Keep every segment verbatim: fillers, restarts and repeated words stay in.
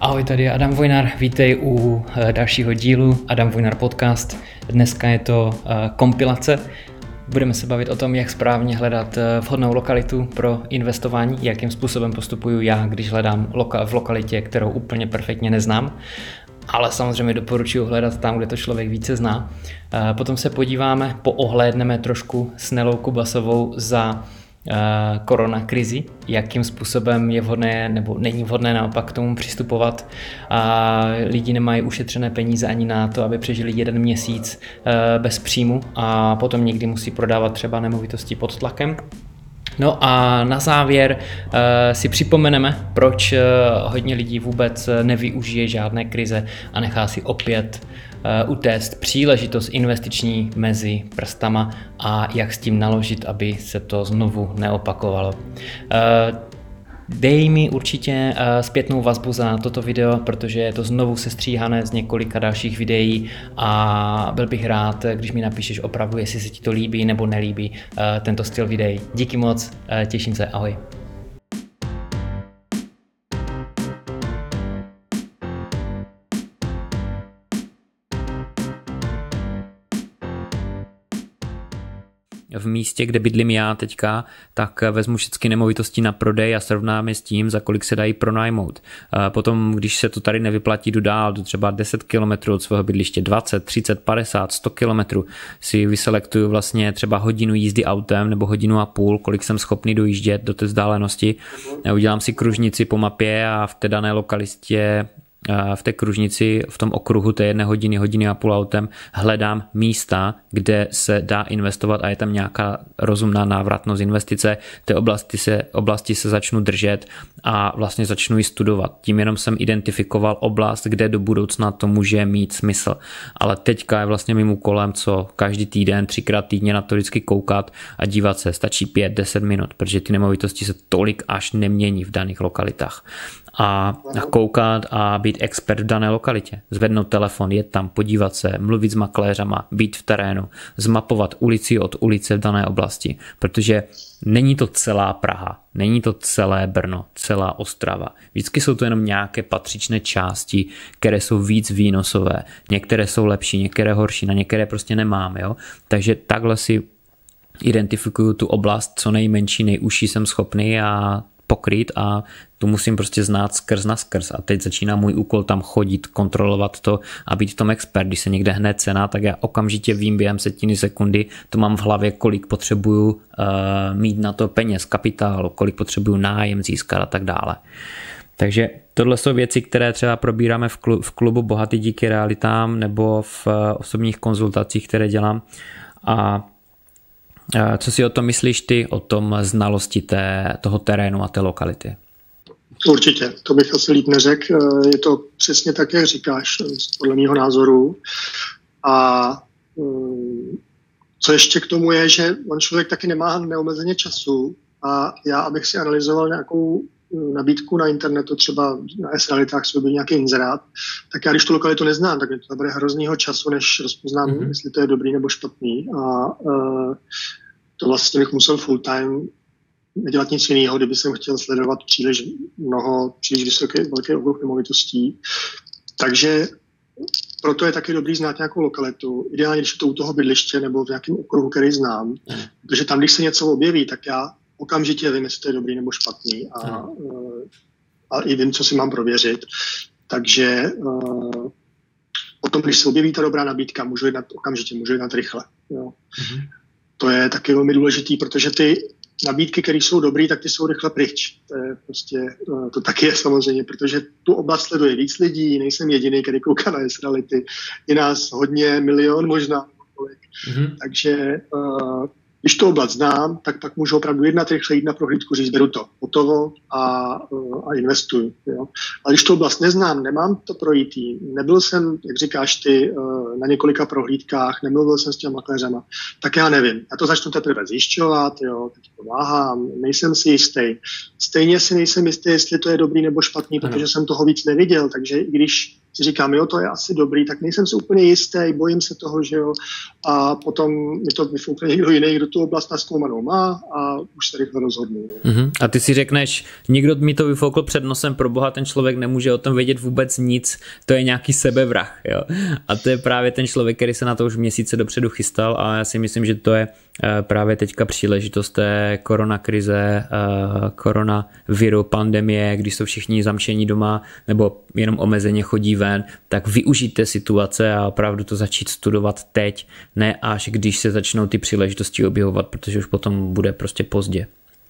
Ahoj, tady je Adam Vojnar, vítej u dalšího dílu Adam Vojnar podcast. Dneska je to kompilace. Budeme se bavit o tom, jak správně hledat vhodnou lokalitu pro investování, jakým způsobem postupuju já, když hledám loka- v lokalitě, kterou úplně perfektně neznám. Ale samozřejmě doporučuji hledat tam, kde to člověk více zná. Potom se podíváme, poohlédneme trošku s Nelou Kubasovou za korona krizi, jakým způsobem je vhodné nebo není vhodné naopak k tomu přistupovat. A lidi nemají ušetřené peníze ani na to, aby přežili jeden měsíc bez příjmu a potom někdy musí prodávat třeba nemovitosti pod tlakem. No a na závěr uh, si připomeneme, proč uh, hodně lidí vůbec nevyužije žádné krize a nechá si opět uh, utéct příležitost investiční mezi prstama a jak s tím naložit, aby se to znovu neopakovalo. Uh, Dej mi určitě uh, zpětnou vazbu za toto video, protože je to znovu sestříhané z několika dalších videí a byl bych rád, když mi napíšeš opravdu, jestli se ti to líbí nebo nelíbí uh, tento styl videí. Díky moc, uh, těším se, ahoj. V místě, kde bydlím já teďka, tak vezmu všechny nemovitosti na prodej a srovnám je s tím, za kolik se dají pronajmout. Potom, když se to tady nevyplatí, jdu dál, jdu třeba deset kilometrů od svého bydliště, dvacet, třicet, padesát, sto kilometrů, si vyselektuju vlastně třeba hodinu jízdy autem nebo hodinu a půl, kolik jsem schopný dojíždět do té vzdálenosti. Udělám si kružnici po mapě a v té dané lokalitě v té kružnici, v tom okruhu té jedné hodiny, hodiny a půl autem hledám místa, kde se dá investovat a je tam nějaká rozumná návratnost investice. Té oblasti se, oblasti se začnu držet a vlastně začnu ji studovat. Tím jenom jsem identifikoval oblast, kde do budoucna to může mít smysl. Ale teďka je vlastně mým úkolem, co každý týden, třikrát týdně na to vždycky koukat a dívat se. Stačí pět, deset minut, protože ty nemovitosti se tolik až nemění v daných lokalitách. A koukat a být expert v dané lokalitě. Zvednout telefon, jet tam, podívat se, mluvit s makléřama, být v terénu, zmapovat ulici od ulice v dané oblasti, protože není to celá Praha, není to celé Brno, celá Ostrava. Vždycky jsou to jenom nějaké patřičné části, které jsou víc výnosové. Některé jsou lepší, některé horší, na některé prostě nemám. Jo? Takže takhle si identifikuju tu oblast, co nejmenší, nejužší jsem schopný a pokryt a tu musím prostě znát skrz na skrz a teď začíná můj úkol tam chodit, kontrolovat to a být v tom expert. Když se někde hne cena, tak já okamžitě vím během setiny sekundy, to mám v hlavě, kolik potřebuju uh, mít na to peněz, kapitálu, kolik potřebuju nájem získat a tak dále. Takže tohle jsou věci, které třeba probíráme v, klu, v klubu Bohatý díky realitám nebo v uh, osobních konzultacích, které dělám. A co si o tom myslíš ty, o tom znalosti té, toho terénu a té lokality? Určitě, to bych asi líp neřekl. Je to přesně tak, jak říkáš, podle mého názoru. A co ještě k tomu je, že on člověk taky nemá neomezeně času a já, abych si analyzoval nějakou nabídku na internetu, třeba na S-realitách se objevil nějaký inzerát, tak já když tu lokalitu neznám, tak mi to bude hroznýho času, než rozpoznám, mm-hmm. jestli to je dobrý nebo špatný. A uh, to vlastně bych musel full time nedělat nic jiného, kdyby jsem chtěl sledovat příliš mnoho, příliš vysoký, velký okruh nemovitostí. Takže proto je taky dobrý znát nějakou lokalitu. Ideálně, když je to u toho bydliště nebo v nějakém okruhu, který znám. Mm. Protože tam, když se něco objeví, tak já okamžitě vím, jestli to je dobrý nebo špatný a, a, a i vím, co si mám prověřit. Takže uh, potom, když se objeví ta dobrá nabídka, můžu jednat okamžitě, můžu jednat rychle. Jo. Mm-hmm. To je taky velmi důležitý, protože ty nabídky, které jsou dobré, tak ty jsou rychle pryč. To je prostě, uh, to taky je samozřejmě, protože tu oblast sleduje víc lidí, nejsem jediný, který kouká na S-reality. Je nás hodně, milion možná. Mm-hmm. Takže uh, když to oblast znám, tak pak můžu opravdu jednat rychle, jít na prohlídku, říct, beru to hotovo a, a investuju. Jo. Ale když to oblast neznám, nemám to projítý, nebyl jsem, jak říkáš ty, na několika prohlídkách, nemluvil jsem s těmi makléřema, tak já nevím. Já to začnu teprve zjišťovat, jo, teď pomáhám, nejsem si jistý. Stejně si nejsem jistý, jestli to je dobrý nebo špatný, protože jsem toho víc neviděl, takže i když si říkám, jo, to je asi dobrý, tak nejsem si úplně jistý, bojím se toho, že jo, a potom mi to vyfoukne někdo jiný, kdo tu oblast nazkoumanou má a už se rychle rozhodnu. Uh-huh. A ty si řekneš, někdo mi to vyfoukl před nosem, pro boha, ten člověk nemůže o tom vědět vůbec nic, to je nějaký sebevrah, jo. A to je právě ten člověk, který se na to už měsíce dopředu chystal a já si myslím, že to je právě teďka příležitost té koronakrize, koronaviru, pandemie, když jsou všichni zamčení doma nebo jenom omezeně chodí ven, tak využijte situace a opravdu to začít studovat teď, ne až když se začnou ty příležitosti objevovat, protože už potom bude prostě pozdě.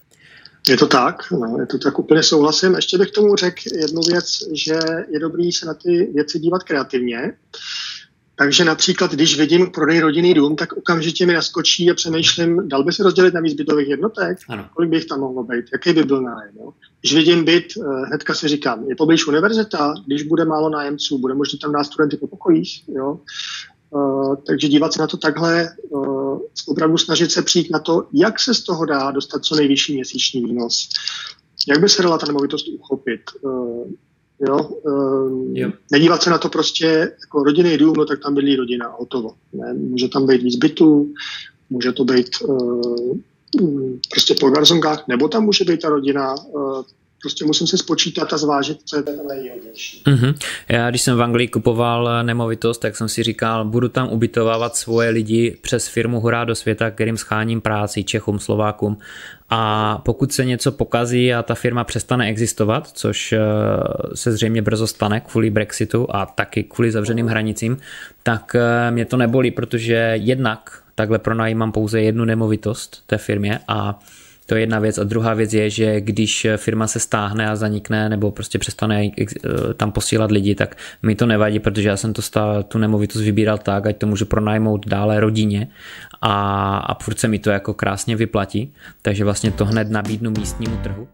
Je to tak, no, je to tak, úplně souhlasím. Ještě bych tomu řekl jednu věc, že je dobrý se na ty věci dívat kreativně. Takže například, když vidím prodej rodinný dům, tak okamžitě mi naskočí a přemýšlím, dal by se rozdělit na víc bytových jednotek? Ano. Kolik by jich tam mohlo být? Jaký by byl nájem? Jo? Když vidím byt, hnedka si říkám, je poblíž univerzita, když bude málo nájemců, bude možné tam dát studenty po pokojích. Jo? Uh, takže dívat se na to takhle, uh, opravdu snažit se přijít na to, jak se z toho dá dostat co nejvyšší měsíční výnos. Jak by se dala ta nemovitost uchopit? Uh, Jo, um, jo. Nedívat se na to prostě jako rodinný dům, no tak tam bydlí rodina, hotovo. Ne? Může tam být víc bytů, může to být uh, prostě po garzonkách, nebo tam může být ta rodina. Uh, prostě musím se spočítat a zvážit, co je ten nejhodnější. Mm-hmm. Já když jsem v Anglii kupoval nemovitost, tak jsem si říkal, budu tam ubytovávat svoje lidi přes firmu Hurá do světa, kterým scháním práci, Čechům, Slovákům. A pokud se něco pokazí a ta firma přestane existovat, což se zřejmě brzo stane kvůli Brexitu a taky kvůli zavřeným hranicím, tak mě to nebolí, protože jednak takhle pronajímám pouze jednu nemovitost té firmě a to je jedna věc. A druhá věc je, že když firma se stáhne a zanikne nebo prostě přestane tam posílat lidi, tak mi to nevadí, protože já jsem to stál, tu nemovitost vybíral tak, ať to můžu pronajmout dále rodině a, a furt se mi to jako krásně vyplatí. Takže vlastně to hned nabídnu místnímu trhu.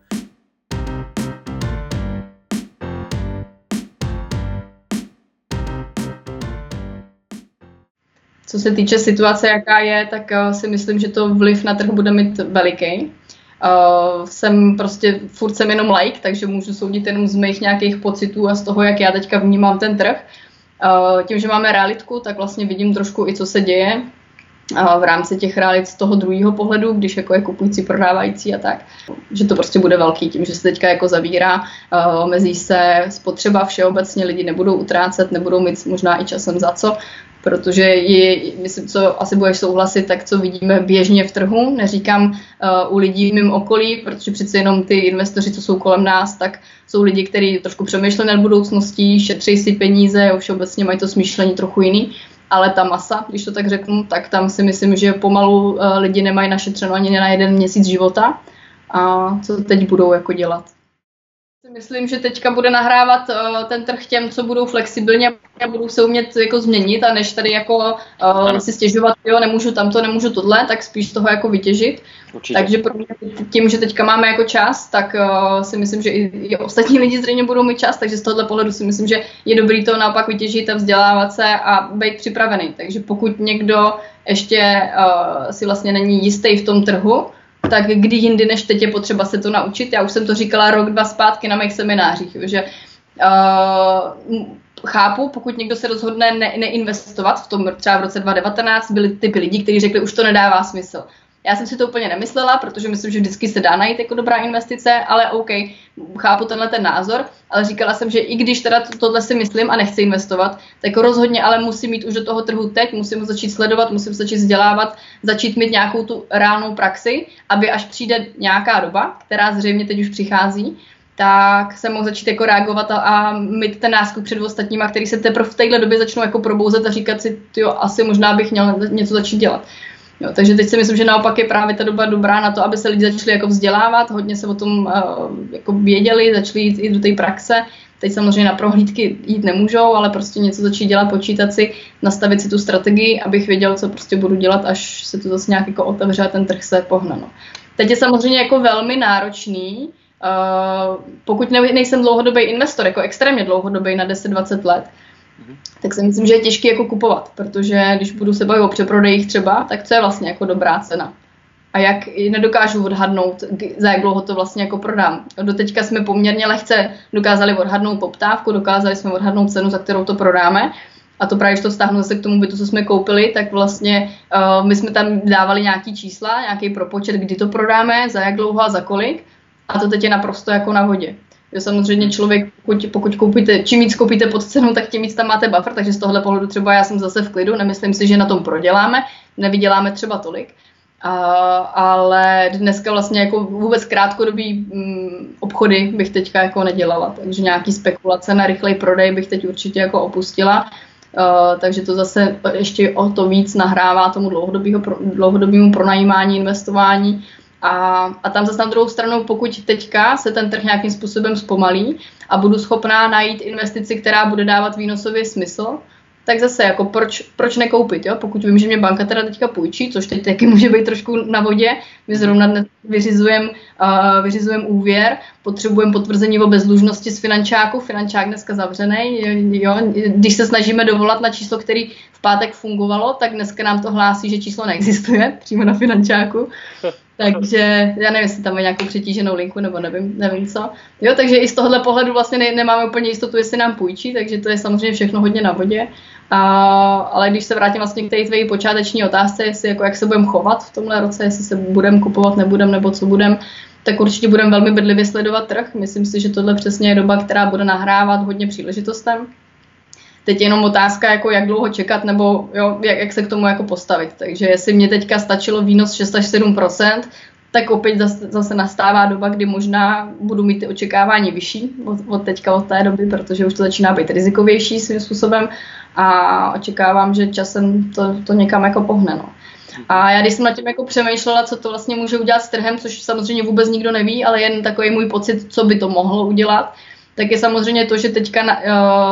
Co se týče situace, jaká je, tak si myslím, že to vliv na trh bude mít veliký. Uh, jsem prostě, furt jsem jenom like, takže můžu soudit jenom z mých nějakých pocitů a z toho, jak já teďka vnímám ten trh. Uh, tím, že máme realitku, tak vlastně vidím trošku i, co se děje uh, v rámci těch realit z toho druhého pohledu, když jako je kupující, prodávající a tak. Že to prostě bude velký tím, že se teďka jako zavírá, uh, omezí se spotřeba všeobecně, lidi nebudou utrácet, nebudou mít možná i časem za co. Protože je, myslím, co asi budeš souhlasit, tak co vidíme běžně v trhu, neříkám uh, u lidí v mém okolí, protože přece jenom ty investoři, co jsou kolem nás, tak jsou lidi, kteří trošku přemýšlí nad budoucností, šetří si peníze, všeobecně mají to smýšlení trochu jiný, ale ta masa, když to tak řeknu, tak tam si myslím, že pomalu uh, lidi nemají našetřeno ani na jeden měsíc života a co teď budou jako dělat. Myslím, že teďka bude nahrávat uh, ten trh těm, co budou flexibilně a budou se umět jako změnit a než tady jako uh, si stěžovat, jo, nemůžu tamto, nemůžu tohle, tak spíš toho jako vytěžit. Určitě. Takže pro mě tím, že teďka máme jako čas, tak uh, si myslím, že i, i ostatní lidi zřejmě budou mít čas, takže z tohohle pohledu si myslím, že je dobrý to naopak vytěžit a vzdělávat se a být připravený. Takže pokud někdo ještě uh, si vlastně není jistý v tom trhu, tak kdy jindy než teď je potřeba se to naučit. Já už jsem to říkala rok, dva zpátky na mých seminářích, že uh, chápu, pokud někdo se rozhodne ne- neinvestovat, v tom třeba v roce dva tisíce devatenáct byly typy lidí, kteří řekli, už to nedává smysl. Já jsem si to úplně nemyslela, protože myslím, že vždycky se dá najít jako dobrá investice, ale OK, chápu tenhle ten názor, ale říkala jsem, že i když teda tohle si myslím a nechci investovat, tak rozhodně ale musím mít už do toho trhu teď, musím začít sledovat, musím začít vzdělávat, začít mít nějakou tu reálnou praxi, aby až přijde nějaká doba, která zřejmě teď už přichází, tak se mohl začít jako reagovat a, a mít ten náskok před ostatníma, který se teprve v téhle době začnou jako probouzet a říkat si, tyjo, asi možná bych měl něco začít dělat. Jo, takže teď si myslím, že naopak je právě ta doba dobrá na to, aby se lidi začali jako vzdělávat, hodně se o tom uh, jako věděli, začali jít i do té praxe. Teď samozřejmě na prohlídky jít nemůžou, ale prostě něco začít dělat, počítat si, nastavit si tu strategii, abych věděl, co prostě budu dělat, až se to zase nějak jako otevře a ten trh se pohne. No. Teď je samozřejmě jako velmi náročný, uh, pokud ne, nejsem dlouhodobý investor, jako extrémně dlouhodobý na deset dvacet let, tak si myslím, že je těžké jako kupovat, protože když budu se bavit o přeprodejích třeba, tak co je vlastně jako dobrá cena? a jak nedokážu odhadnout, za jak dlouho to vlastně jako prodám. Doteďka jsme poměrně lehce dokázali odhadnout poptávku, dokázali jsme odhadnout cenu, za kterou to prodáme. A to právě, když to vztáhnu zase k tomu bytu, co jsme koupili, tak vlastně uh, my jsme tam dávali nějaký čísla, nějaký propočet, kdy to prodáme, za jak dlouho a za kolik. A to teď je naprosto jako na vodě. Že samozřejmě člověk, pokud, pokud koupíte, čím víc koupíte pod cenou, tak tím víc tam máte buffer, takže z tohle pohledu třeba já jsem zase v klidu, nemyslím si, že na tom proděláme, nevyděláme třeba tolik. A, ale dneska vlastně jako vůbec krátkodobý mm, obchody bych teďka jako nedělala, takže nějaký spekulace na rychlej prodej bych teď určitě jako opustila. Uh, takže to zase ještě o to víc nahrává tomu dlouhodobému pronajímání, investování. A, a tam zase na druhou stranu, pokud teďka se ten trh nějakým způsobem zpomalí a budu schopná najít investici, která bude dávat výnosový smysl, tak zase jako proč, proč nekoupit, jo? Pokud vím, že mě banka teda teďka půjčí, což teď taky může být trošku na vodě, my zrovna dnes vyřizujeme uh, vyřizujem úvěr, potřebujeme potvrzení o bezdlužnosti z finančáku, finančák dneska zavřený, jo? Když se snažíme dovolat na číslo, který v pátek fungovalo, tak dneska nám to hlásí, že číslo neexistuje přímo na finančáku. Takže já nevím, jestli tam je nějakou přetíženou linku, nebo nevím, nevím co. Jo, takže i z tohohle pohledu vlastně ne, nemáme úplně jistotu, jestli nám půjčí, takže to je samozřejmě všechno hodně na vodě. A, ale když se vrátím vlastně k té tvé počáteční otázce, jestli jako jak se budeme chovat v tomhle roce, jestli se budeme kupovat, nebudeme, nebo co budeme, tak určitě budeme velmi bedlivě sledovat trh. Myslím si, že tohle přesně je doba, která bude nahrávat hodně příležitostem. Teď je jenom otázka, jako jak dlouho čekat, nebo jo, jak, jak se k tomu jako postavit. Takže jestli mě teďka stačilo výnos šest až sedm procent, tak opět zase, zase nastává doba, kdy možná budu mít ty očekávání vyšší od, od teďka, od té doby, protože už to začíná být rizikovější svým způsobem a očekávám, že časem to, to někam jako pohne. No. A já když jsem nad tím jako přemýšlela, co to vlastně může udělat s trhem, což samozřejmě vůbec nikdo neví, ale jen takový můj pocit, co by to mohlo udělat, tak je samozřejmě to, že teďka na,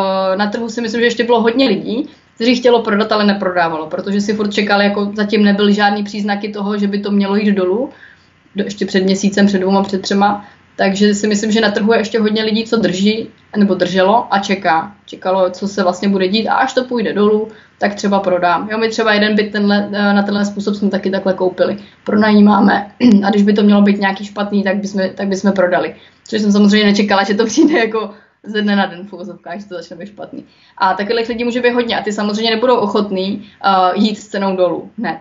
na trhu si myslím, že ještě bylo hodně lidí, kteří chtělo prodat, ale neprodávalo, protože si furt čekali, jako zatím nebyly žádný příznaky toho, že by to mělo jít dolů, ještě před měsícem, před dvouma, před třema, takže si myslím, že na trhu je ještě hodně lidí, co drží, nebo drželo a čeká. Čekalo, co se vlastně bude dít a až to půjde dolů, tak třeba prodám. Jo, my třeba jeden byt tenhle, na tenhle způsob jsme taky takhle koupili. Pronajímáme a když by to mělo být nějaký špatný, tak bychom, tak bychom prodali. Což jsem samozřejmě nečekala, že to přijde jako ze dne na den v uvozovkách, že to začne být špatný. A takových lidí může být hodně a ty samozřejmě nebudou ochotní uh, jít s cenou dolů hned.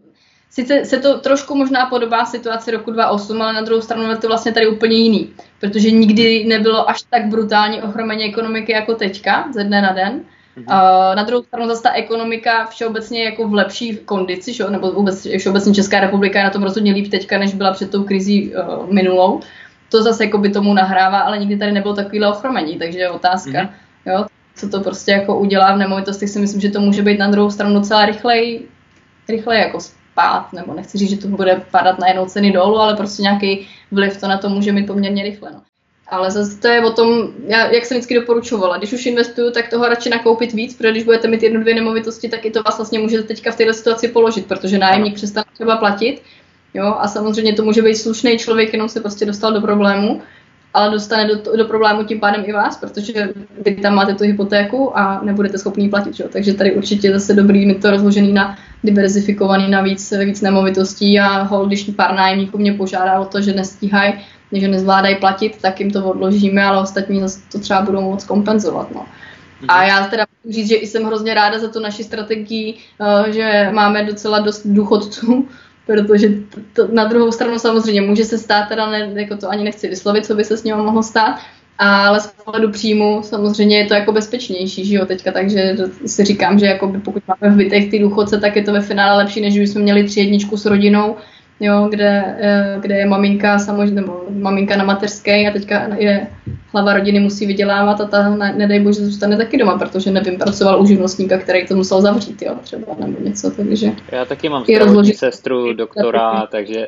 Sice se to trošku možná podobá situaci roku dva tisíce osm, ale na druhou stranu je to vlastně tady úplně jiný, protože nikdy nebylo až tak brutální ochromení ekonomiky jako teďka, ze dne na den. Uh, na druhou stranu zase ta ekonomika všeobecně jako v lepší kondici, šo? Nebo vůbec všeobecně Česká republika je na tom rozhodně líp teďka, než byla před tou krizí uh, minulou. To zase jako by tomu nahrává, ale nikdy tady nebylo takovýhle ochromení, takže je otázka, mm-hmm. jo, co to prostě jako udělá v nemovitostech, si myslím, že to může být na druhou stranu docela rychlej, rychlej jako spát, nebo nechci říct, že to bude padat na jednou ceny dolů, ale prostě nějaký vliv to na to může mít poměrně rychle. No. Ale zase to je o tom, já, jak jsem vždycky doporučovala, když už investuju, tak toho radši nakoupit víc, protože když budete mít jednu, dvě nemovitosti, tak i to vás vlastně může teďka v této situaci položit, protože nájemník přestane třeba platit. Jo, a samozřejmě to může být slušný člověk, jenom se prostě dostal do problému, ale dostane do, do problému tím pádem i vás, protože vy tam máte tu hypotéku a nebudete schopný platit. Jo. Takže tady určitě je zase dobrý mít to rozložený na diverzifikovaný na víc, víc nemovitostí a hol, když pár nájemníků mě požádá o to, že nestíhají, že nezvládají platit, tak jim to odložíme, ale ostatní zase to třeba budou moct kompenzovat. No. A já teda můžu říct, že jsem hrozně ráda za tu naši strategii, že máme docela dost důchodců, protože to, to na druhou stranu samozřejmě může se stát, teda ne, jako to ani nechci vyslovit, co by se s ním mohlo stát, ale z pohledu příjmu samozřejmě je to jako bezpečnější, že jo, teďka, takže si říkám, že jako pokud máme v bytech ty důchodce, tak je to ve finále lepší, než bychom měli tři jedničku s rodinou, jo, kde, kde je maminka samozřejmě, nebo maminka na mateřské a teďka je hlava rodiny musí vydělávat a ta, nedej bože, zůstane taky doma, protože nevím, pracoval u živnostníka, který to musel zavřít, jo, třeba, nebo něco, takže... Já taky mám zdravotní sestru, doktora, takže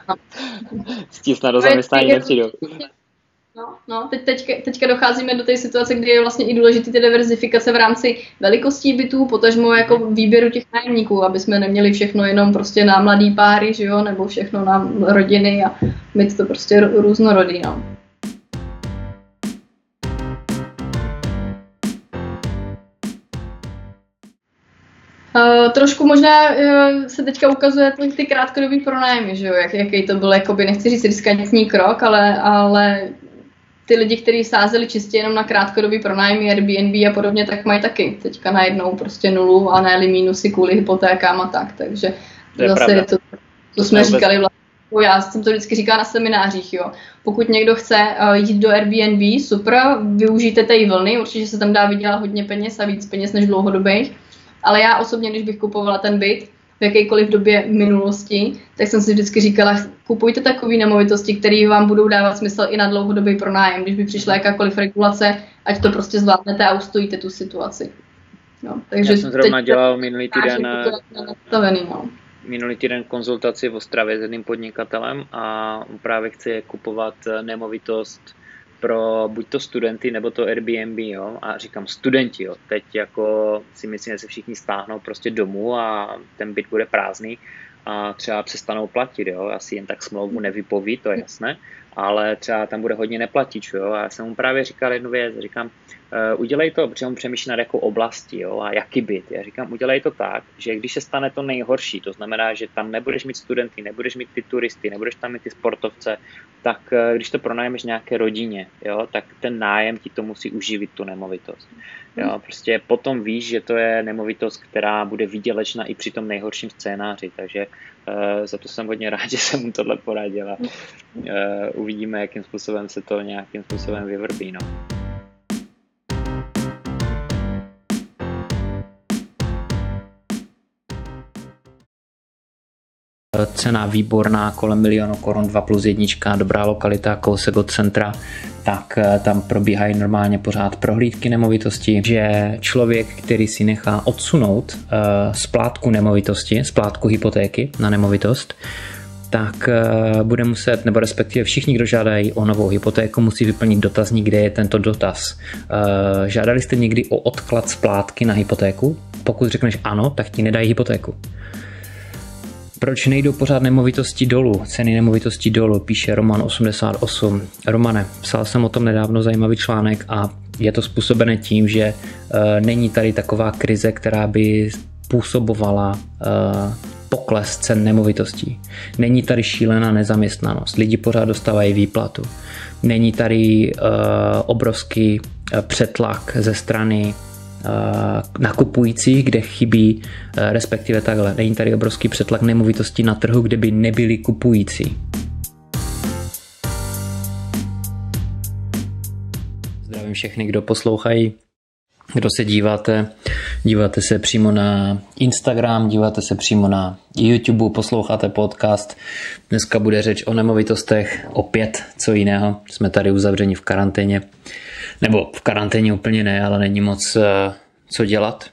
stísna do zaměstnání nepřijdu. No, no teď, teďka, teďka docházíme do té situace, kdy je vlastně i důležitý ty diverzifikace v rámci velikostí bytů, potažmo jako výběru těch nájemníků, aby jsme neměli všechno jenom prostě na mladý páry, že jo, nebo všechno na rodiny a mít to prostě různorodý, no. Uh, trošku možná uh, se teďka ukazuje ty krátkodobý pronájmy, že jo, jak, jaký to byl, jakoby, nechci říct riskantní krok, ale, ale ty lidi, kteří sázeli čistě jenom na krátkodobý pronájmy, Airbnb a podobně, tak mají taky teďka najednou prostě nulu a ne minusy kvůli hypotékám a tak, takže to je zase pravda. je to, to jsme to říkali vlastně. Já jsem to vždycky říkala na seminářích, jo. Pokud někdo chce uh, jít do Airbnb, super, využijte té vlny, určitě se tam dá vydělat hodně peněz a víc peněz než dlouhodobých. Ale já osobně, když bych kupovala ten byt v jakékoliv době minulosti, tak jsem si vždycky říkala, kupujte takové nemovitosti, které vám budou dávat smysl i na dlouhodobý pronájem. Když by přišla jakákoliv regulace, ať to prostě zvládnete a ustojíte tu situaci. No, takže já jsem zrovna dělal minulý týden, no. minulý týden konzultaci v Ostravě s jedným podnikatelem a právě chce kupovat nemovitost pro buď to studenty, nebo to Airbnb, jo, a říkám studenti, jo, teď jako si myslím, že se všichni stáhnou prostě domů a ten byt bude prázdný a třeba přestanou platit, jo, asi jen tak smlouvu nevypoví, to je jasné, ale třeba tam bude hodně neplatičů, jo, a já jsem mu právě říkal jednu věc, říkám, uh, udělej to, protože on přemýšlí nad jakou oblastí, jo, a jaký byt, já říkám, udělej to tak, že když se stane to nejhorší, to znamená, že tam nebudeš mít studenty, nebudeš mít ty turisty, nebudeš tam mít ty sportovce, tak uh, když to pronájmeš nějaké rodině, jo, tak ten nájem ti to musí uživit tu nemovitost. Jo, prostě potom víš, že to je nemovitost, která bude výdělečná i při tom nejhorším scénáři, takže uh, za to jsem hodně rád, že jsem mu tohle poradil a uh, uvidíme, jakým způsobem se to nějakým způsobem vyvrbí. No. Cena výborná, kolem milionu korun, dva plus jednička, dobrá lokalita, kousek od centra, tak tam probíhají normálně pořád prohlídky nemovitosti, že člověk, který si nechá odsunout uh, splátku nemovitosti, splátku hypotéky na nemovitost, tak uh, bude muset, nebo respektive všichni, kdo žádají o novou hypotéku, musí vyplnit dotazník, kde je tento dotaz. Uh, žádali jste někdy o odklad splátky na hypotéku? Pokud řekneš ano, tak ti nedají hypotéku. Proč nejdou pořád nemovitosti dolů, ceny nemovitostí dolů, píše Roman osmdesát osm. Romane, psal jsem o tom nedávno zajímavý článek a je to způsobené tím, že uh, není tady taková krize, která by působovala uh, pokles cen nemovitostí. Není tady šílená nezaměstnanost, lidi pořád dostávají výplatu. Není tady uh, obrovský uh, přetlak ze strany nakupujících, kde chybí, respektive takhle, není tady obrovský přetlak nemovitostí na trhu, kde by nebyli kupující. Zdravím všechny, kdo poslouchají, kdo se díváte, díváte se přímo na Instagram, díváte se přímo na YouTube, posloucháte podcast. Dneska bude řeč o nemovitostech, opět co jiného, jsme tady uzavřeni v karanténě. Nebo v karanténě úplně ne, ale není moc uh, co dělat.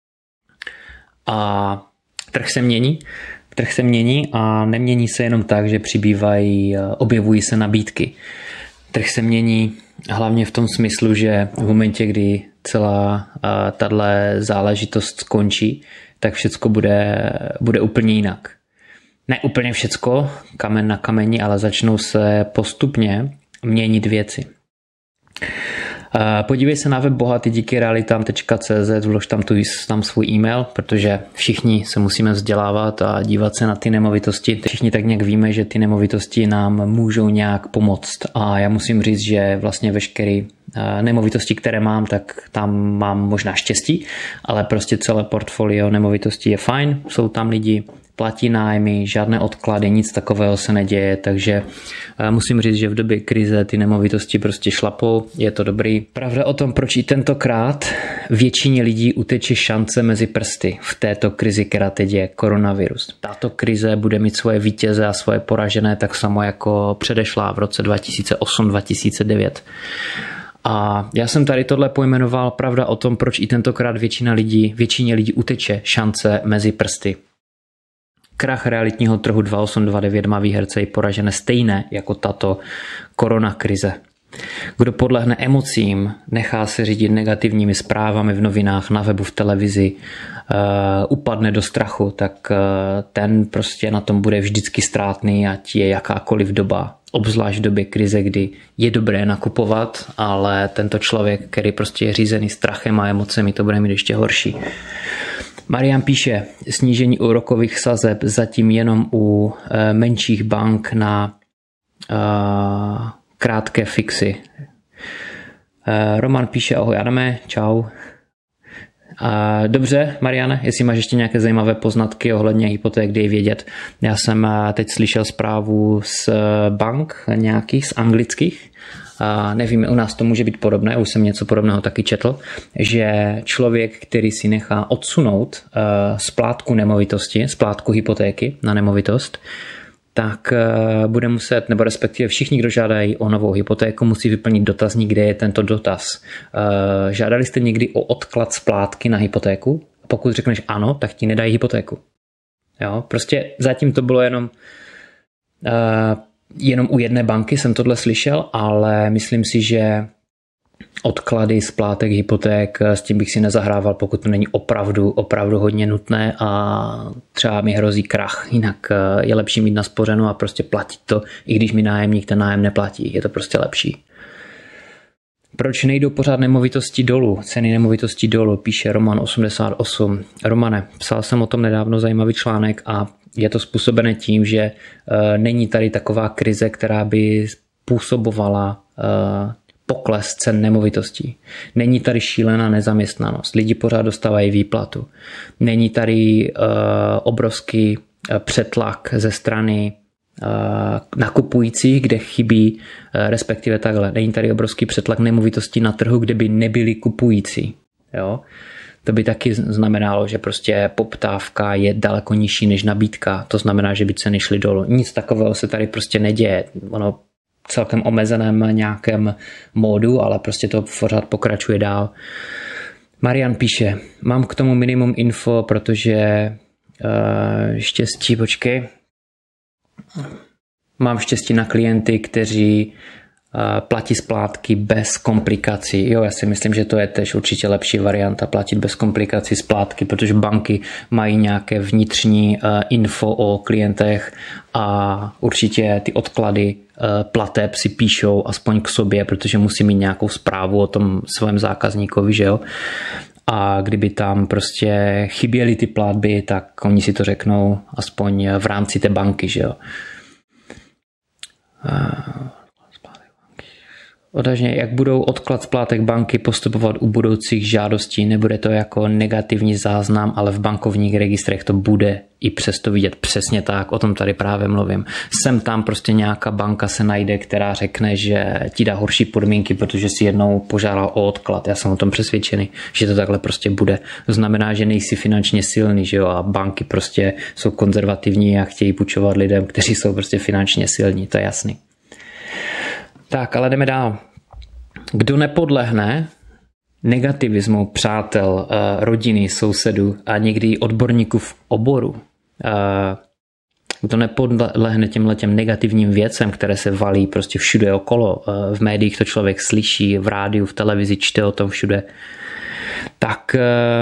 A trh se mění. Trh se mění a nemění se jenom tak, že přibývají, uh, objevují se nabídky. Trh se mění hlavně v tom smyslu, že v momentě, kdy celá uh, tahle záležitost skončí, tak všecko bude, bude úplně jinak. Ne úplně všecko, kamen na kameni, ale začnou se postupně měnit věci. Podívej se na web bohatý díky realitám tečka cé zet, vlož tam, tu, tam svůj e-mail, protože všichni se musíme vzdělávat a dívat se na ty nemovitosti. Všichni tak nějak víme, že ty nemovitosti nám můžou nějak pomoct a já musím říct, že vlastně veškeré nemovitosti, které mám, tak tam mám možná štěstí, ale prostě celé portfolio nemovitostí je fajn, jsou tam lidi, platí nájmy, žádné odklady, nic takového se neděje, takže musím říct, že v době krize ty nemovitosti prostě šlapou, je to dobrý. Pravda o tom, proč i tentokrát většině lidí uteče šance mezi prsty v této krizi, která teď je koronavirus. Tato krize bude mít svoje vítěze a svoje poražené tak samo jako předešlá v roce dva tisíce osm dva tisíce devět. A já jsem tady tohle pojmenoval pravda o tom, proč i tentokrát většina lidí, většině lidí uteče šance mezi prsty. Krach realitního trhu dva osm dva devět má výherce i poražené stejné jako tato koronakrize. Kdo podlehne emocím, nechá se řídit negativními zprávami v novinách, na webu, v televizi, uh, upadne do strachu, tak uh, ten prostě na tom bude vždycky ztrátný, ať je jakákoliv doba. Obzvlášť v době krize, kdy je dobré nakupovat, ale tento člověk, který prostě je řízený strachem a emocemi, to bude mít ještě horší. Marian píše, snížení úrokových sazeb zatím jenom u e, menších bank na e, krátké fixy. E, Roman píše, ahoj Adame, čau. A dobře, Mariane, jestli máš ještě nějaké zajímavé poznatky ohledně hypoték, dej vědět. Já jsem teď slyšel zprávu z bank nějakých, z anglických. A nevím, u nás to může být podobné, už jsem něco podobného taky četl, že člověk, který si nechá odsunout splátku nemovitosti, splátku hypotéky na nemovitost, tak bude muset, nebo respektive všichni, kdo žádají o novou hypotéku, musí vyplnit dotazník, kde je tento dotaz. Žádali jste někdy o odklad splátky na hypotéku? Pokud řekneš ano, tak ti nedají hypotéku. Jo, prostě zatím to bylo jenom jenom u jedné banky jsem tohle slyšel, ale myslím si, že odklady splátek hypoték, s tím bych si nezahrával, pokud to není opravdu, opravdu hodně nutné a třeba mi hrozí krach. Jinak je lepší mít naspořeno a prostě platit to, i když mi nájemník ten nájem neplatí. Je to prostě lepší. Proč nejdou pořád nemovitosti dolů? Ceny nemovitostí dolů, píše Roman osmdesát osm. Romane, psal jsem o tom nedávno zajímavý článek a je to způsobené tím, že uh, není tady taková krize, která by způsobovala uh, pokles cen nemovitostí. Není tady šílená nezaměstnanost. Lidi pořád dostávají výplatu. Není tady uh, obrovský uh, přetlak ze strany uh, nakupujících, kde chybí, uh, respektive takhle. Není tady obrovský přetlak nemovitostí na trhu, kde by nebyli kupující. Jo? To by taky znamenalo, že prostě poptávka je daleko nižší než nabídka. To znamená, že by ceny šly dolů. Nic takového se tady prostě neděje. Ono celkem omezeném nějakém módu, ale prostě to pořád pokračuje dál. Marian píše, mám k tomu minimum info, protože uh, štěstí, počkej, mám štěstí na klienty, kteří platí splátky bez komplikací. Jo, já si myslím, že to je tež určitě lepší varianta, platit bez komplikací splátky, protože banky mají nějaké vnitřní info o klientech a určitě ty odklady plateb si píšou aspoň k sobě, protože musí mít nějakou zprávu o tom svém zákazníkovi, že jo. A kdyby tam prostě chyběly ty platby, tak oni si to řeknou aspoň v rámci té banky, že jo. Odažně, jak budou odklad splátek banky postupovat u budoucích žádostí, nebude to jako negativní záznam, ale v bankovních registrech to bude i přesto vidět přesně tak, o tom tady právě mluvím. Sem tam prostě nějaká banka se najde, která řekne, že ti dá horší podmínky, protože si jednou požádal o odklad. Já jsem o tom přesvědčený, že to takhle prostě bude. To znamená, že nejsi finančně silný, že jo, a banky prostě jsou konzervativní a chtějí půjčovat lidem, kteří jsou prostě finančně silní, to je jasný. Tak, ale jdeme dál. Kdo nepodlehne negativismu přátel, rodiny, sousedů a někdy odborníků v oboru, kdo nepodlehne těmhletěm negativním věcem, které se valí prostě všude okolo, v médiích to člověk slyší, v rádiu, v televizi, čte o tom všude, tak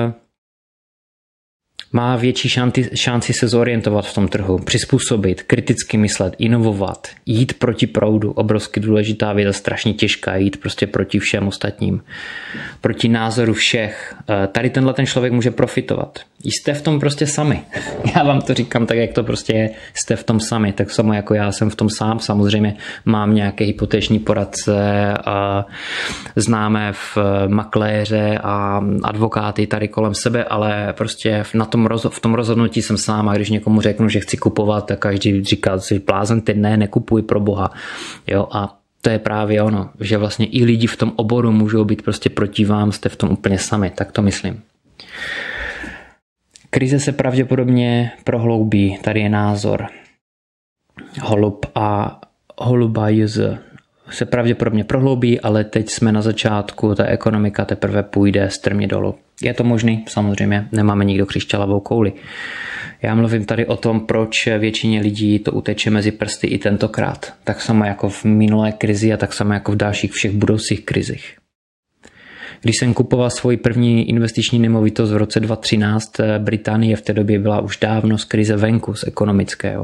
má větší šanci, šanci se zorientovat v tom trhu, přizpůsobit, kriticky myslet, inovovat, jít proti proudu, obrovsky důležitá věc, strašně těžká, jít prostě proti všem ostatním, proti názoru všech. Tady tenhle ten člověk může profitovat. Jste v tom prostě sami. Já vám to říkám tak, jak to prostě je. Jste v tom sami, tak samo jako já jsem v tom sám. Samozřejmě mám nějaké hypoteční poradce, a známé v makléře a advokáty tady kolem sebe, ale prostě na tom v tom rozhodnutí jsem sám a když někomu řeknu, že chci kupovat, tak každý říká, že blázen, ty ne, nekupuj pro boha. Jo, a to je právě ono, že vlastně i lidi v tom oboru můžou být prostě proti vám, jste v tom úplně sami, tak to myslím. Krize se pravděpodobně prohloubí, tady je názor. Holub a holuba juze se pravděpodobně prohloubí, ale teď jsme na začátku, ta ekonomika teprve půjde strmě dolů. Je to možný? Samozřejmě, nemáme nikdo křišťálovou kouli. Já mluvím tady o tom, proč většině lidí to uteče mezi prsty i tentokrát. Tak samo jako v minulé krizi a tak samo jako v dalších všech budoucích krizích. Když jsem kupoval svoji první investiční nemovitost v roce dva tisíce třináct, Británie v té době byla už dávno z krize venku, z ekonomického.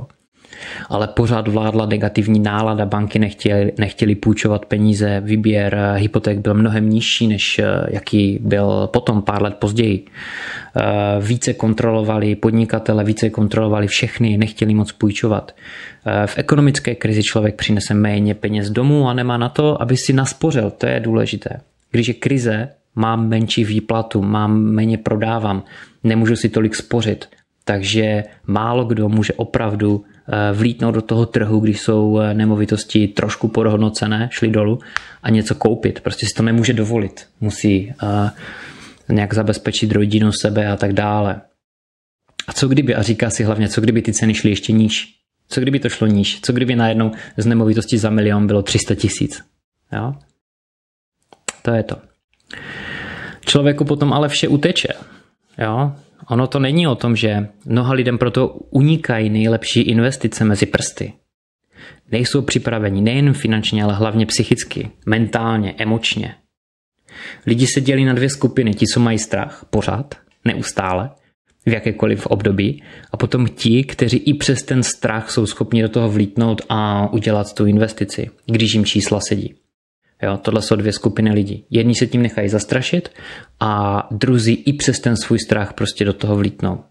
Ale pořád vládla negativní nálada, banky nechtěli, nechtěli půjčovat peníze, výběr hypoték byl mnohem nižší, než jaký byl potom pár let později. Více kontrolovali podnikatele, více kontrolovali všechny, nechtěli moc půjčovat. V ekonomické krizi člověk přinese méně peněz domů a nemá na to, aby si naspořil, to je důležité. Když je krize, mám menší výplatu, mám méně prodávám, nemůžu si tolik spořit. Takže málo kdo může opravdu vlítnout do toho trhu, když jsou nemovitosti trošku podhodnocené, šly dolů a něco koupit. Prostě si to nemůže dovolit. Musí uh, nějak zabezpečit rodinu, sebe a tak dále. A co kdyby, a říká si hlavně, co kdyby ty ceny šly ještě níž? Co kdyby to šlo níž? Co kdyby najednou z nemovitosti za milion bylo tři sta tisíc? Jo? To je to. Člověku potom ale vše uteče. Jo? Ono to není o tom, že mnoha lidem proto unikají nejlepší investice mezi prsty. Nejsou připraveni nejen finančně, ale hlavně psychicky, mentálně, emočně. Lidi se dělí na dvě skupiny. Ti, co mají strach, pořád, neustále, v jakékoliv období, a potom ti, kteří i přes ten strach jsou schopni do toho vlítnout a udělat tu investici, když jim čísla sedí. Jo, tohle jsou dvě skupiny lidí. Jedni se tím nechají zastrašit a druzí i přes ten svůj strach prostě do toho vlítnou.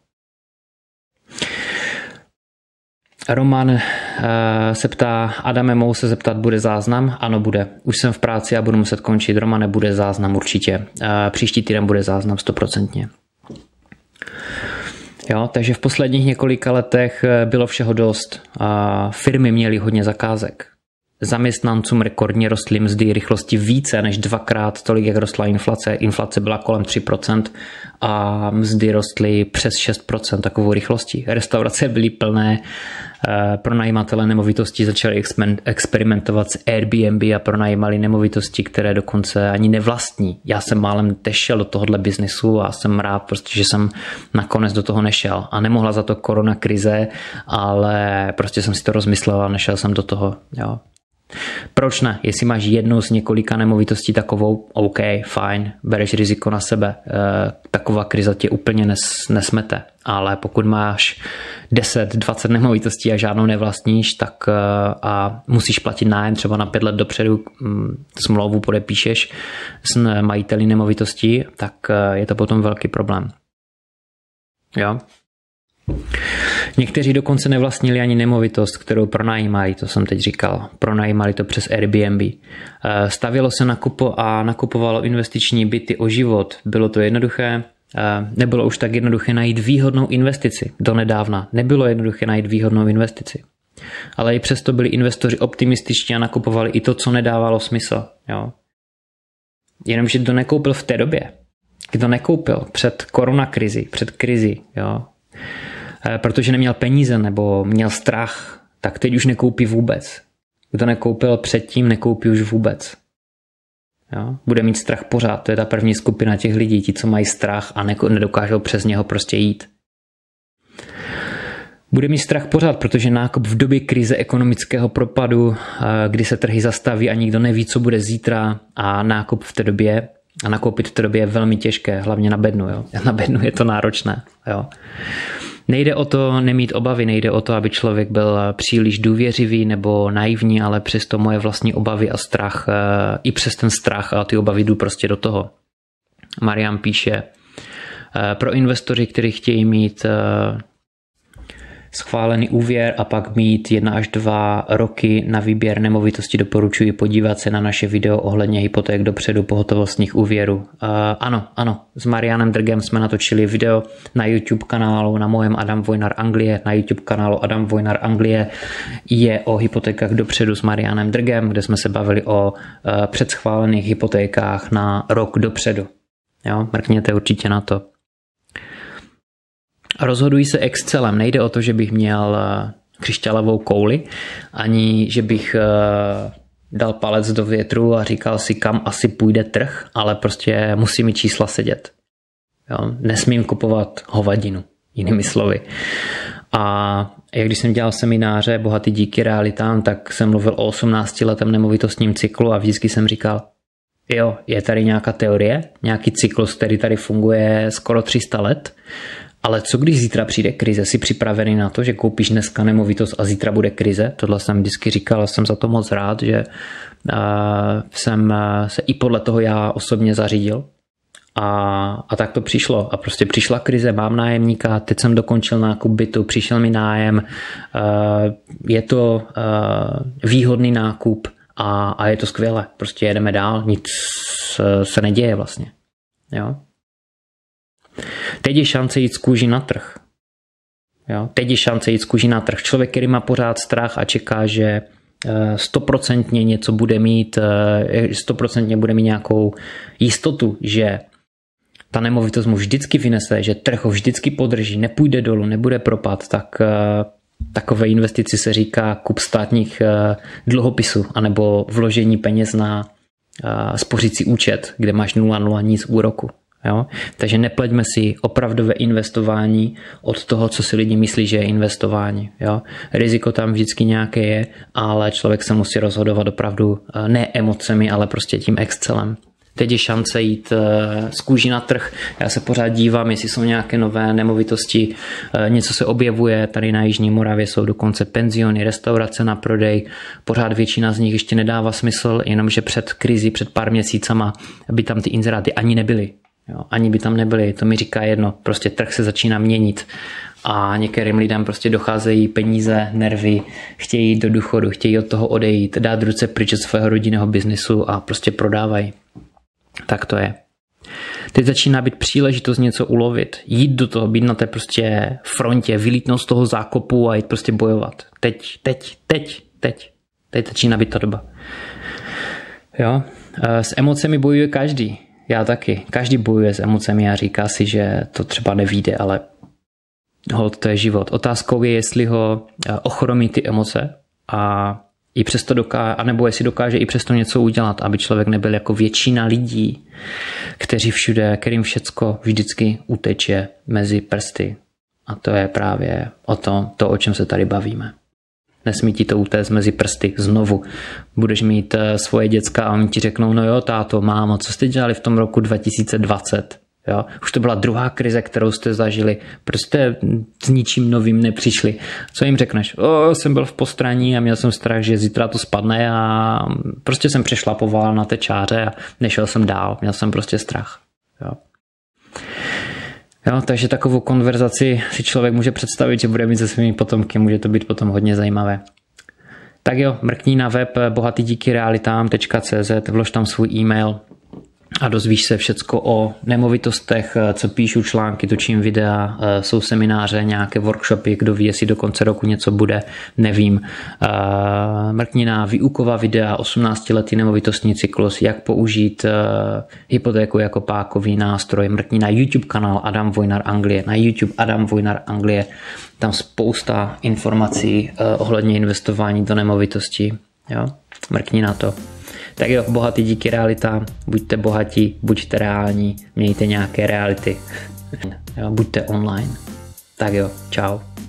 Roman uh, se ptá, Adame, mohu se zeptat, bude záznam? Ano, bude. Už jsem v práci a budu muset končit. Romane, bude záznam určitě. Uh, příští týden bude záznam stoprocentně. Jo, takže v posledních několika letech bylo všeho dost. Uh, firmy měly hodně zakázek. Zaměstnancům rekordně rostly mzdy rychlosti více než dvakrát tolik, jak rostla inflace. Inflace byla kolem tři procenta a mzdy rostly přes šest procent takovou rychlostí. Restaurace byly plné, pronajímatele nemovitostí začali experimentovat s Airbnb a pronajímali nemovitosti, které dokonce ani nevlastní. Já jsem málem nešel do tohohle biznesu a jsem rád, prostě, že jsem nakonec do toho nešel. A nemohla za to korona krize, ale prostě jsem si to rozmyslel a nešel jsem do toho. Jo. Proč ne? Jestli máš jednu z několika nemovitostí takovou, OK, fajn, bereš riziko na sebe. E, taková krize tě úplně nes, nesmete. Ale pokud máš deset dvacet nemovitostí a žádnou nevlastníš, tak e, a musíš platit nájem třeba na pět let dopředu, m, smlouvu podepíšeš s majiteli nemovitostí, tak e, je to potom velký problém. Jo? Někteří dokonce nevlastnili ani nemovitost, kterou pronajímali, to jsem teď říkal. Pronajímali to přes Airbnb. Stavělo se nakupo a nakupovalo investiční byty o život. Bylo to jednoduché. Nebylo už tak jednoduché najít výhodnou investici. Donedávna nebylo jednoduché najít výhodnou investici. Ale i přesto byli investoři optimističtí a nakupovali i to, co nedávalo smysl. Jo? Jenomže kdo nekoupil v té době, kdo nekoupil před koronakrizi, před krizi, jo? Protože neměl peníze nebo měl strach, tak teď už nekoupí vůbec. Kdo nekoupil předtím, nekoupí už vůbec. Jo? Bude mít strach pořád, to je ta první skupina těch lidí, ti, co mají strach a nedokážou přes něho prostě jít. Bude mít strach pořád, protože nákup v době krize ekonomického propadu, kdy se trhy zastaví a nikdo neví, co bude zítra, a nákup v té době a nakoupit v té době je velmi těžké, hlavně na bednu. Jo? Na bednu je to náročné. Jo? Nejde o to nemít obavy, nejde o to, aby člověk byl příliš důvěřivý nebo naivní, ale přesto moje vlastní obavy a strach, i přes ten strach a ty obavy jdu prostě do toho. Marian píše, pro investoři, kteří chtějí mít schválený úvěr a pak mít jedna až dva roky na výběr nemovitosti, doporučuji podívat se na naše video ohledně hypoték dopředu pohotovostních úvěrů. Uh, ano, ano, s Marianem Drgem jsme natočili video na YouTube kanálu, na mojem Adam Vojnar Anglie, na YouTube kanálu Adam Vojnar Anglie je o hypotékách dopředu s Marianem Drgem, kde jsme se bavili o uh, předschválených hypotékách na rok dopředu. Jo, mrkněte určitě na to. Rozhoduji se Excelem. Nejde o to, že bych měl křišťálovou kouli, ani že bych dal palec do větru a říkal si, kam asi půjde trh, ale prostě musí mi čísla sedět. Jo? Nesmím kupovat hovadinu, jinými slovy. A jak když jsem dělal semináře Bohatý díky realitám, tak jsem mluvil o osmnáctiletém nemovitostním cyklu a vždycky jsem říkal, jo, je tady nějaká teorie, nějaký cyklus, který tady funguje skoro tři sta let, Ale co když zítra přijde krize? Jsi připravený na to, že koupíš dneska nemovitost a zítra bude krize? Tohle jsem vždycky říkal a jsem za to moc rád, že uh, jsem se i podle toho já osobně zařídil. A, a tak to přišlo. A prostě přišla krize, mám nájemníka, teď jsem dokončil nákup bytu, přišel mi nájem, uh, je to uh, výhodný nákup a, a je to skvěle. Prostě jedeme dál, nic se neděje vlastně. Jo? Teď je šance jít z kůži na trh. Jo? Teď je šance jít z kůži na trh. Člověk, který má pořád strach a čeká, že stoprocentně něco bude mít, stoprocentně bude mít nějakou jistotu, že ta nemovitost mu vždycky vynese, že trh ho vždycky podrží, nepůjde dolů, nebude propad, tak takové investici se říká kup státních dluhopisů anebo vložení peněz na spořící účet, kde máš nula nula nic úroku. Jo? Takže nepleťme si opravdové investování od toho, co si lidi myslí, že je investování. Jo? Riziko tam vždycky nějaké je, ale člověk se musí rozhodovat opravdu ne emocemi, ale prostě tím excelem. Teď je šance jít z kůží na trh. Já se pořád dívám, jestli jsou nějaké nové nemovitosti, něco se objevuje, tady na Jižní Moravě jsou dokonce penziony, restaurace na prodej, pořád většina z nich ještě nedává smysl, jenomže před krizi, před pár měsícama by tam ty inzeráty ani nebyly. Jo, ani by tam nebyly, to mi říká jedno, prostě trh se začíná měnit a některým lidem prostě docházejí peníze, nervy, chtějí jít do důchodu, chtějí od toho odejít, dát ruce pryč od svého rodinného biznisu a prostě prodávají. Tak to je. Teď začíná být příležitost něco ulovit, jít do toho, být na té prostě frontě, vylítnout z toho zákopu a jít prostě bojovat. Teď, teď, teď, teď. Teď začíná být ta doba. Jo? S emocemi bojuje každý. Já taky. Každý bojuje s emocemi a říká si, že to třeba nevyjde, ale hold, to je život. Otázkou je, jestli ho ochromí ty emoce a i přesto dokáže, anebo jestli dokáže i přesto něco udělat, aby člověk nebyl jako většina lidí, kteří všude, kterým všecko vždycky uteče mezi prsty. A to je právě o tom, to, o čem se tady bavíme. Nesmí ti to utéct mezi prsty znovu. Budeš mít svoje děcka a oni ti řeknou, no jo, táto, mámo, co jste dělali v tom roku dva tisíce dvacet? Jo? Už to byla druhá krize, kterou jste zažili. Proč jste s ničím novým nepřišli? Co jim řekneš? O, jsem byl v postraní a měl jsem strach, že zítra to spadne a prostě jsem přešlapoval na té čáře a nešel jsem dál. Měl jsem prostě strach. Jo? Jo, takže takovou konverzaci si člověk může představit, že bude mít se svými potomky, může to být potom hodně zajímavé. Tak jo, mrkni na web bohatý díky realitám tečka cé zet, vlož tam svůj e-mail a dozvíš se všecko o nemovitostech, co píšu články, točím videa, jsou semináře, nějaké workshopy, kdo ví, jestli do konce roku něco bude, nevím. Mrkni na výuková videa, osmnáctiletý nemovitostní cyklus, jak použít hypotéku jako pákový nástroj. Mrkni na YouTube kanál Adam Vojnar Anglie, na YouTube Adam Vojnar Anglie, tam spousta informací ohledně investování do nemovitostí. Jo? Mrkni na to. Tak jo, bohatý díky realitám, buďte bohatí, buďte reální, mějte nějaké reality, jo, buďte online. Tak jo, čau.